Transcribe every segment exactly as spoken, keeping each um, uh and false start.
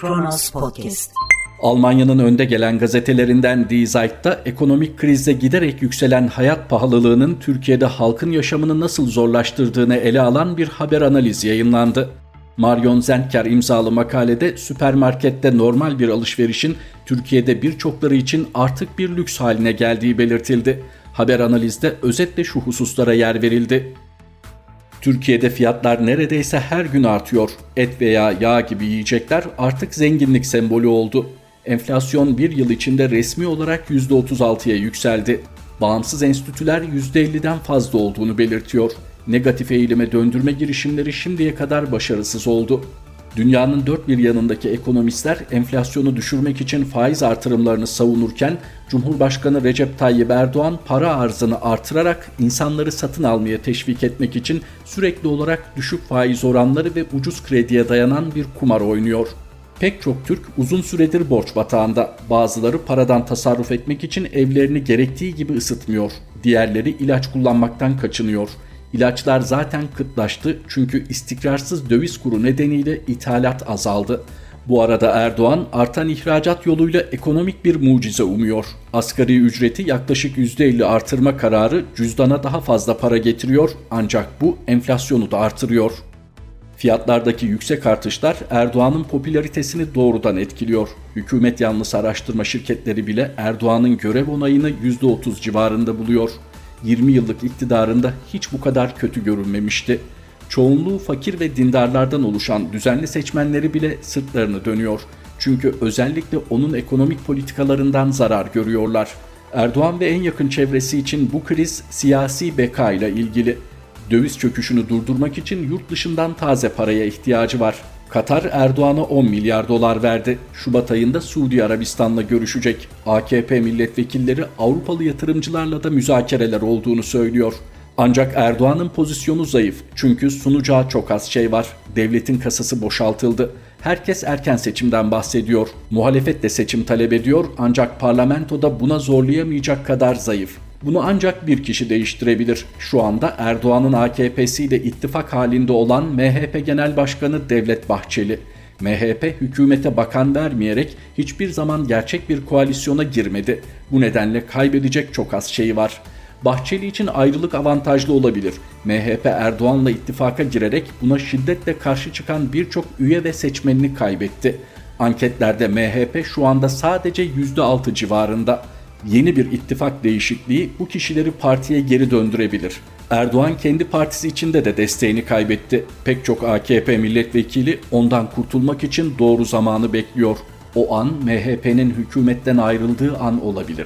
Kronos Podcast. Almanya'nın önde gelen gazetelerinden Die Zeit'ta ekonomik krizde giderek yükselen hayat pahalılığının Türkiye'de halkın yaşamını nasıl zorlaştırdığını ele alan bir haber analizi yayınlandı. Marion Zentker imzalı makalede süpermarkette normal bir alışverişin Türkiye'de birçokları için artık bir lüks haline geldiği belirtildi. Haber analizde özetle şu hususlara yer verildi. Türkiye'de fiyatlar neredeyse her gün artıyor. Et veya yağ gibi yiyecekler artık zenginlik sembolü oldu. Enflasyon bir yıl içinde resmi olarak yüzde otuz altıya yükseldi. Bağımsız enstitüler yüzde elliden fazla olduğunu belirtiyor. Negatif eğilime döndürme girişimleri şimdiye kadar başarısız oldu. Dünyanın dört bir yanındaki ekonomistler enflasyonu düşürmek için faiz artırımlarını savunurken Cumhurbaşkanı Recep Tayyip Erdoğan para arzını artırarak insanları satın almaya teşvik etmek için sürekli olarak düşük faiz oranları ve ucuz krediye dayanan bir kumar oynuyor. Pek çok Türk uzun süredir borç batağında. Bazıları paradan tasarruf etmek için evlerini gerektiği gibi ısıtmıyor. Diğerleri ilaç kullanmaktan kaçınıyor. İlaçlar zaten kıtlaştı çünkü istikrarsız döviz kuru nedeniyle ithalat azaldı. Bu arada Erdoğan artan ihracat yoluyla ekonomik bir mucize umuyor. Asgari ücreti yaklaşık yüzde elli artırma kararı cüzdana daha fazla para getiriyor ancak bu enflasyonu da artırıyor. Fiyatlardaki yüksek artışlar Erdoğan'ın popülaritesini doğrudan etkiliyor. Hükümet yanlısı araştırma şirketleri bile Erdoğan'ın görev onayını yüzde otuz civarında buluyor. yirmi yıllık iktidarında hiç bu kadar kötü görünmemişti. Çoğunluğu fakir ve dindarlardan oluşan düzenli seçmenleri bile sırtlarını dönüyor. Çünkü özellikle onun ekonomik politikalarından zarar görüyorlar. Erdoğan ve en yakın çevresi için bu kriz siyasi beka ile ilgili. Döviz çöküşünü durdurmak için yurt dışından taze paraya ihtiyacı var. Katar Erdoğan'a on milyar dolar verdi. Şubat ayında Suudi Arabistan'la görüşecek. A K P milletvekilleri Avrupalı yatırımcılarla da müzakereler olduğunu söylüyor. Ancak Erdoğan'ın pozisyonu zayıf. Çünkü sunacağı çok az şey var. Devletin kasası boşaltıldı. Herkes erken seçimden bahsediyor. Muhalefet de seçim talep ediyor ancak parlamentoda buna zorlayamayacak kadar zayıf. Bunu ancak bir kişi değiştirebilir. Şu anda Erdoğan'ın A K P'siyle ittifak halinde olan M H P Genel Başkanı Devlet Bahçeli. M H P hükümete bakan vermeyerek hiçbir zaman gerçek bir koalisyona girmedi. Bu nedenle kaybedecek çok az şey var. Bahçeli için ayrılık avantajlı olabilir. M H P Erdoğan'la ittifaka girerek buna şiddetle karşı çıkan birçok üye ve seçmenini kaybetti. Anketlerde M H P şu anda sadece yüzde altı civarında. Yeni bir ittifak değişikliği bu kişileri partiye geri döndürebilir. Erdoğan kendi partisi içinde de desteğini kaybetti. Pek çok A K P milletvekili ondan kurtulmak için doğru zamanı bekliyor. O an M H P'nin hükümetten ayrıldığı an olabilir.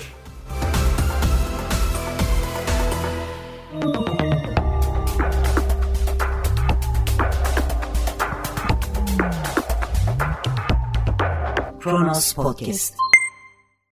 Kronos Podcast.